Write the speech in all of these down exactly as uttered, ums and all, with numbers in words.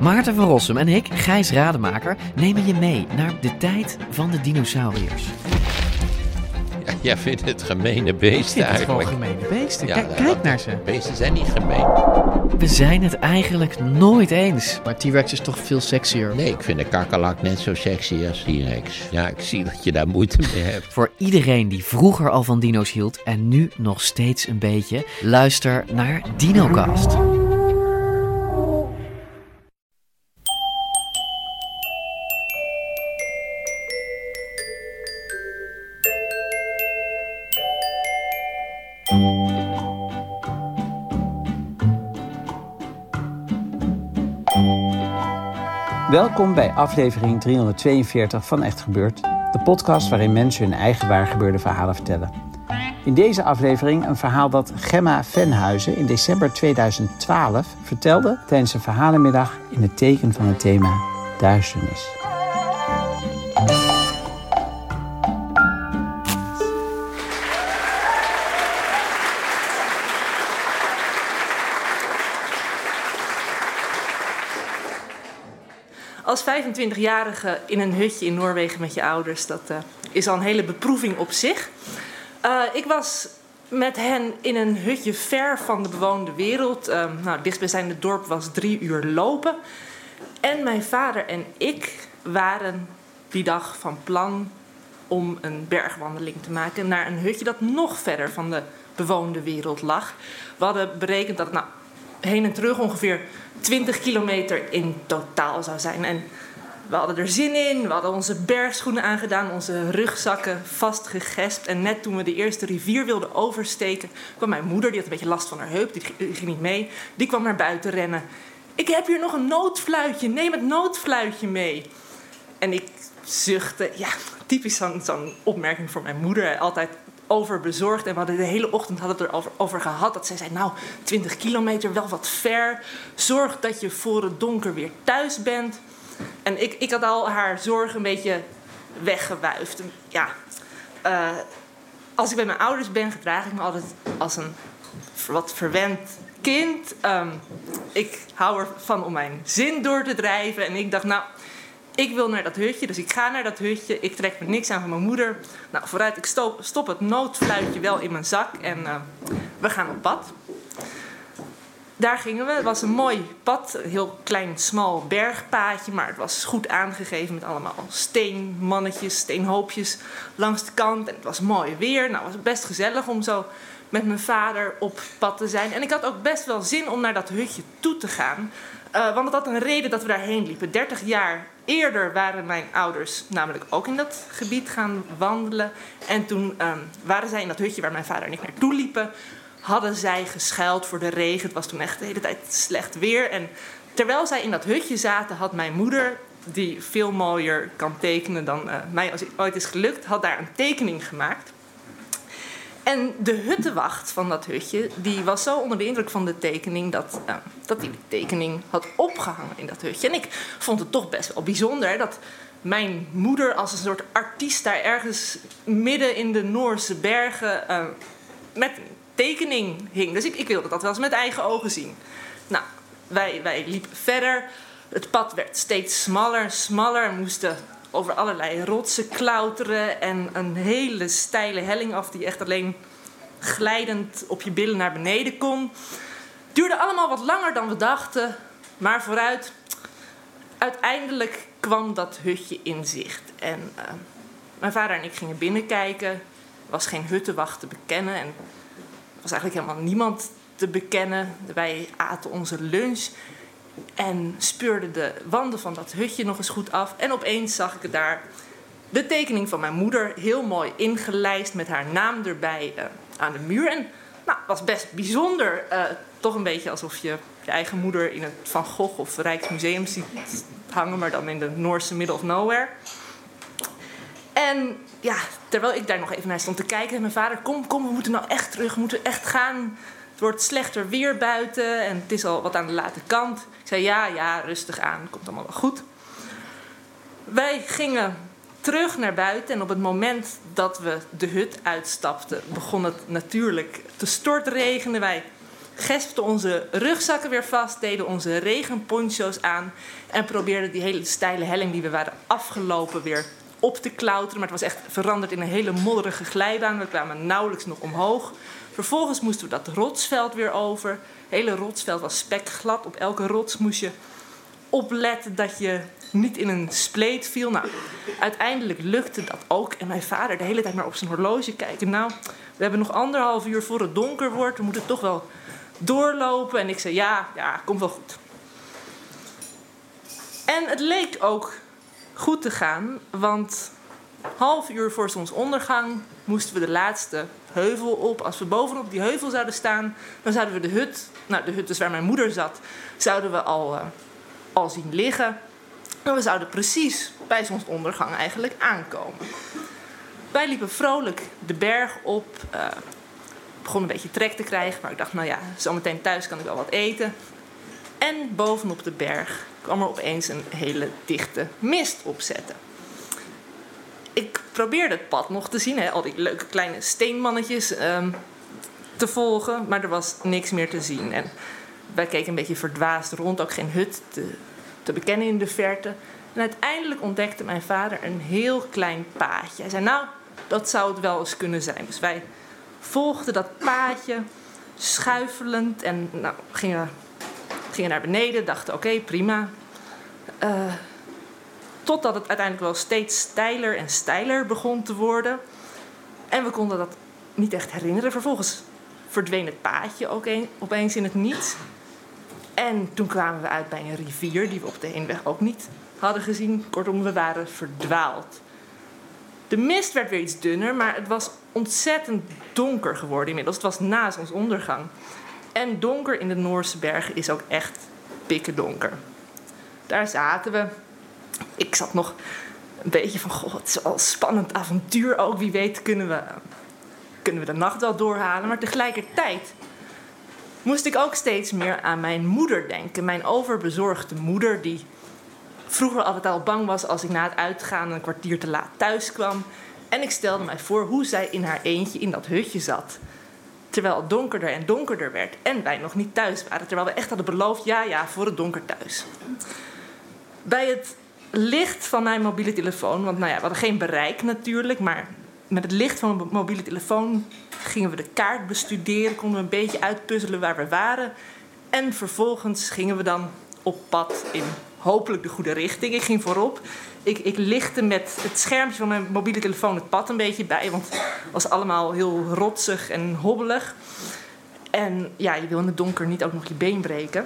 Maarten van Rossum en ik, Gijs Rademaker, nemen je mee naar de tijd van de dinosauriërs. Ja, jij vindt het gemene beesten eigenlijk. Het gewoon gemene beesten. Ja, Kijk, ja, kijk naar ze. Beesten zijn niet gemeen. We zijn het eigenlijk nooit eens. Maar T-Rex is toch veel sexier. Nee, ik vind de kakkerlak net zo sexy als T-Rex. Ja, ik zie dat je daar moeite mee hebt. Voor iedereen die vroeger al van dino's hield en nu nog steeds een beetje, luister naar DinoCast. Welkom bij aflevering driehonderdtweeënveertig van Echt Gebeurd, de podcast waarin mensen hun eigen waargebeurde verhalen vertellen. In deze aflevering een verhaal dat Gemma Venhuizen in december tweeduizend twaalf vertelde tijdens een verhalenmiddag in het teken van het thema duisternis. Als vijfentwintigjarige in een hutje in Noorwegen met je ouders, dat uh, is al een hele beproeving op zich. Uh, ik was met hen in een hutje ver van de bewoonde wereld. Uh, nou, het dichtstbijzijnde dorp was drie uur lopen. En mijn vader en ik waren die dag van plan om een bergwandeling te maken naar een hutje dat nog verder van de bewoonde wereld lag. We hadden berekend dat het nou heen en terug ongeveer twintig kilometer in totaal zou zijn. En we hadden er zin in. We hadden onze bergschoenen aangedaan, onze rugzakken vastgegespt. En net toen we de eerste rivier wilden oversteken, kwam mijn moeder, die had een beetje last van haar heup, die ging niet mee. Die kwam naar buiten rennen. Ik heb hier nog een noodfluitje, neem het noodfluitje mee. En ik zuchtte, ja, typisch zo'n, zo'n opmerking voor mijn moeder. Altijd overbezorgd. En we hadden de hele ochtend hadden het erover over gehad. Dat zij zei, nou, twintig kilometer, wel wat ver. Zorg dat je voor het donker weer thuis bent. En ik, ik had al haar zorg een beetje weggewuifd. Ja, uh, als ik bij mijn ouders ben, gedraag ik me altijd als een wat verwend kind. Um, ik hou ervan om mijn zin door te drijven. En ik dacht, nou, ik wil naar dat hutje, dus ik ga naar dat hutje. Ik trek me niks aan van mijn moeder. Nou, vooruit, ik stop, stop het noodfluitje wel in mijn zak en uh, we gaan op pad. Daar gingen we. Het was een mooi pad, een heel klein, smal bergpaadje, maar het was goed aangegeven met allemaal steenmannetjes, steenhoopjes langs de kant. En het was mooi weer. Nou, het was best gezellig om zo met mijn vader op pad te zijn. En ik had ook best wel zin om naar dat hutje toe te gaan. Uh, want het had een reden dat we daarheen liepen. dertig jaar eerder waren mijn ouders namelijk ook in dat gebied gaan wandelen. En toen um, waren zij in dat hutje waar mijn vader en ik naartoe liepen, hadden zij geschuild voor de regen. Het was toen echt de hele tijd slecht weer. En terwijl zij in dat hutje zaten, had mijn moeder, die veel mooier kan tekenen dan uh, mij als het ooit is gelukt, had daar een tekening gemaakt. En de huttenwacht van dat hutje, die was zo onder de indruk van de tekening dat uh, dat hij die tekening had opgehangen in dat hutje. En ik vond het toch best wel bijzonder dat mijn moeder als een soort artiest daar ergens midden in de Noorse bergen uh, met een tekening hing. Dus ik, ik wilde dat wel eens met eigen ogen zien. Nou, wij, wij liepen verder. Het pad werd steeds smaller en smaller. We moesten over allerlei rotsen klauteren en een hele steile helling af die echt alleen glijdend op je billen naar beneden kon. Het duurde allemaal wat langer dan we dachten, maar vooruit. Uiteindelijk kwam dat hutje in zicht. En uh, mijn vader en ik gingen binnenkijken. Er was geen huttenwacht te bekennen en er was eigenlijk helemaal niemand te bekennen. Wij aten onze lunch en speurden de wanden van dat hutje nog eens goed af. En opeens zag ik daar de tekening van mijn moeder heel mooi ingelijst met haar naam erbij uh, aan de muur. En nou, het was best bijzonder. Uh, toch een beetje alsof je je eigen moeder in het Van Gogh of Rijksmuseum ziet hangen, maar dan in de Noorse middle of nowhere. En ja, terwijl ik daar nog even naar stond te kijken, en mijn vader, kom, kom, we moeten nou echt terug, we moeten echt gaan. Het wordt slechter weer buiten en het is al wat aan de late kant. Ik zei, ja, ja, rustig aan, komt allemaal wel goed. Wij gingen terug naar buiten en op het moment dat we de hut uitstapten, begon het natuurlijk te stortregenen. Wij gespten onze rugzakken weer vast, deden onze regenponcho's aan en probeerden die hele steile helling die we waren afgelopen weer op te klauteren. Maar het was echt veranderd in een hele modderige glijbaan. We kwamen nauwelijks nog omhoog. Vervolgens moesten we dat rotsveld weer over. Het hele rotsveld was spekglad. Op elke rots moest je opletten dat je niet in een spleet viel. Nou, uiteindelijk lukte dat ook. En mijn vader de hele tijd maar op zijn horloge kijken. Nou, we hebben nog anderhalf uur voor het donker wordt. We moeten toch wel doorlopen. En ik zei, ja, ja, komt wel goed. En het leek ook goed te gaan. Want half uur voor zonsondergang moesten we de laatste heuvel op. Als we bovenop die heuvel zouden staan, dan zouden we de hut, nou de hut dus waar mijn moeder zat, zouden we al, uh, al zien liggen. En we zouden precies bij zonsondergang eigenlijk aankomen. Wij liepen vrolijk de berg op. Uh, begon een beetje trek te krijgen, maar ik dacht, nou ja, zometeen thuis kan ik wel wat eten. En bovenop de berg kwam er opeens een hele dichte mist opzetten. Ik probeerde het pad nog te zien, hè, al die leuke kleine steenmannetjes um, te volgen, maar er was niks meer te zien. En wij keken een beetje verdwaasd rond, ook geen hut te, te bekennen in de verte. En uiteindelijk ontdekte mijn vader een heel klein paadje. Hij zei, nou, dat zou het wel eens kunnen zijn. Dus wij volgden dat paadje, schuifelend, en nou, gingen, gingen naar beneden, dachten, oké, okay, prima. Uh, Totdat het uiteindelijk wel steeds steiler en steiler begon te worden. En we konden dat niet echt herinneren. Vervolgens verdween het paadje ook een, opeens in het niets. En toen kwamen we uit bij een rivier die we op de heenweg ook niet hadden gezien. Kortom, we waren verdwaald. De mist werd weer iets dunner, maar het was ontzettend donker geworden inmiddels. Het was na zonsondergang. En donker in de Noorse bergen is ook echt pikken donker. Daar zaten we. Ik zat nog een beetje van, goh, het is wel een spannend avontuur ook. Wie weet kunnen we, kunnen we de nacht wel doorhalen. Maar tegelijkertijd moest ik ook steeds meer aan mijn moeder denken. Mijn overbezorgde moeder, die vroeger altijd al bang was als ik na het uitgaan een kwartier te laat thuis kwam. En ik stelde mij voor hoe zij in haar eentje in dat hutje zat. Terwijl het donkerder en donkerder werd en wij nog niet thuis waren. Terwijl we echt hadden beloofd, ja, ja, voor het donker thuis. Bij het licht van mijn mobiele telefoon, want nou ja, we hadden geen bereik natuurlijk, maar met het licht van mijn mobiele telefoon gingen we de kaart bestuderen, konden we een beetje uitpuzzelen waar we waren. En vervolgens gingen we dan op pad in hopelijk de goede richting. Ik ging voorop. Ik, ik lichtte met het schermpje van mijn mobiele telefoon het pad een beetje bij, want het was allemaal heel rotsig en hobbelig. En ja, je wil in het donker niet ook nog je been breken.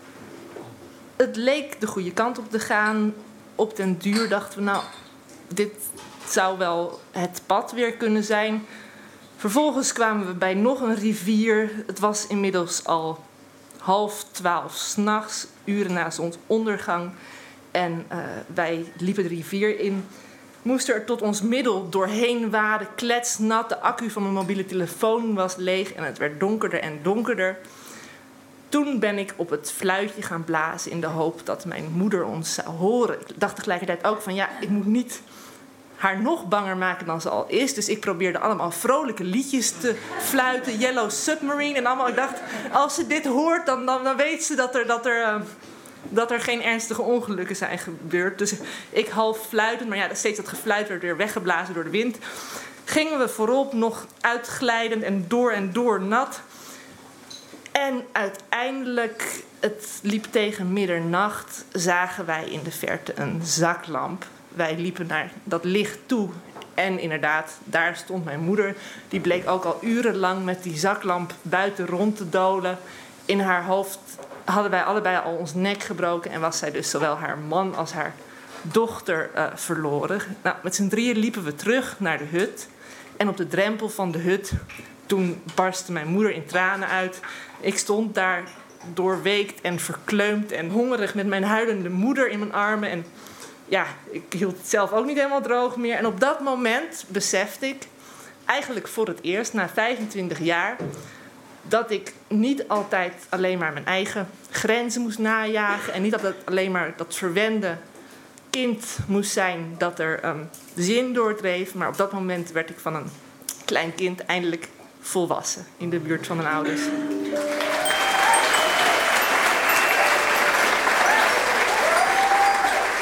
Het leek de goede kant op te gaan. Op den duur dachten we, nou, dit zou wel het pad weer kunnen zijn. Vervolgens kwamen we bij nog een rivier. Het was inmiddels al half twaalf 's nachts, uren na zonsondergang. En uh, wij liepen de rivier in. Moesten er tot ons middel doorheen waden, kletsnat. De accu van mijn mobiele telefoon was leeg en het werd donkerder en donkerder. Toen ben ik op het fluitje gaan blazen in de hoop dat mijn moeder ons zou horen. Ik dacht tegelijkertijd ook van, ja, ik moet niet haar nog banger maken dan ze al is. Dus ik probeerde allemaal vrolijke liedjes te fluiten. Yellow Submarine en allemaal. Ik dacht, als ze dit hoort, dan, dan, dan weet ze dat er, dat, er, uh, dat er geen ernstige ongelukken zijn gebeurd. Dus ik half fluitend, maar ja, steeds dat gefluit werd weer weggeblazen door de wind. Gingen we voorop nog uitglijdend en door en door nat. En uiteindelijk, het liep tegen middernacht, zagen wij in de verte een zaklamp. Wij liepen naar dat licht toe en inderdaad, daar stond mijn moeder. Die bleek ook al urenlang met die zaklamp buiten rond te dolen. In haar hoofd hadden wij allebei al ons nek gebroken en was zij dus zowel haar man als haar dochter uh, verloren. Nou, met z'n drieën liepen we terug naar de hut. En op de drempel van de hut, toen barstte mijn moeder in tranen uit. Ik stond daar doorweekt en verkleumd en hongerig met mijn huilende moeder in mijn armen. En ja, ik hield het zelf ook niet helemaal droog meer. En op dat moment besefte ik, eigenlijk voor het eerst na vijfentwintig jaar... dat ik niet altijd alleen maar mijn eigen grenzen moest najagen. En niet dat het alleen maar dat verwende kind moest zijn dat er um, zin doordreef. Maar op dat moment werd ik van een klein kind eindelijk volwassen in de buurt van mijn ouders.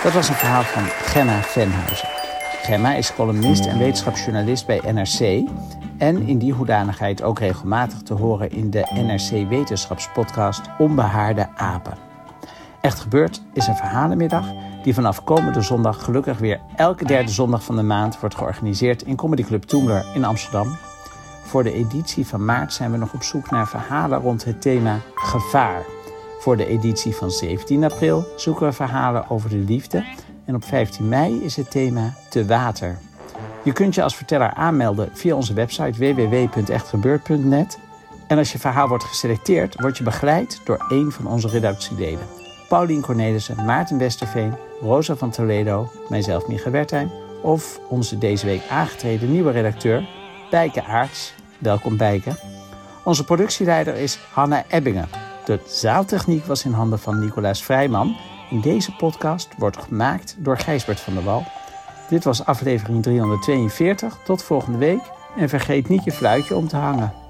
Dat was een verhaal van Gemma Venhuizen. Gemma is columnist en wetenschapsjournalist bij N R C... en in die hoedanigheid ook regelmatig te horen in de N R C wetenschapspodcast Onbehaarde Apen. Echt Gebeurd is een verhalenmiddag die vanaf komende zondag gelukkig weer elke derde zondag van de maand wordt georganiseerd in Comedy Club Toemler in Amsterdam. Voor de editie van maart zijn we nog op zoek naar verhalen rond het thema gevaar. Voor de editie van zeventien april zoeken we verhalen over de liefde. En op vijftien mei is het thema te water. Je kunt je als verteller aanmelden via onze website w w w punt echt gebeurd punt net. En als je verhaal wordt geselecteerd, word je begeleid door één van onze redactieleden. Paulien Cornelissen, Maarten Westerveen, Rosa van Toledo, mijzelf Micha Wertheim of onze deze week aangetreden nieuwe redacteur, Bijke Aarts. Welkom Bijke. Onze productieleider is Hanna Ebbingen. De zaaltechniek was in handen van Nicolaas Vrijman. En deze podcast wordt gemaakt door Gijsbert van der Wal. Dit was aflevering driehonderdtweeënveertig. Tot volgende week. En vergeet niet je fluitje om te hangen.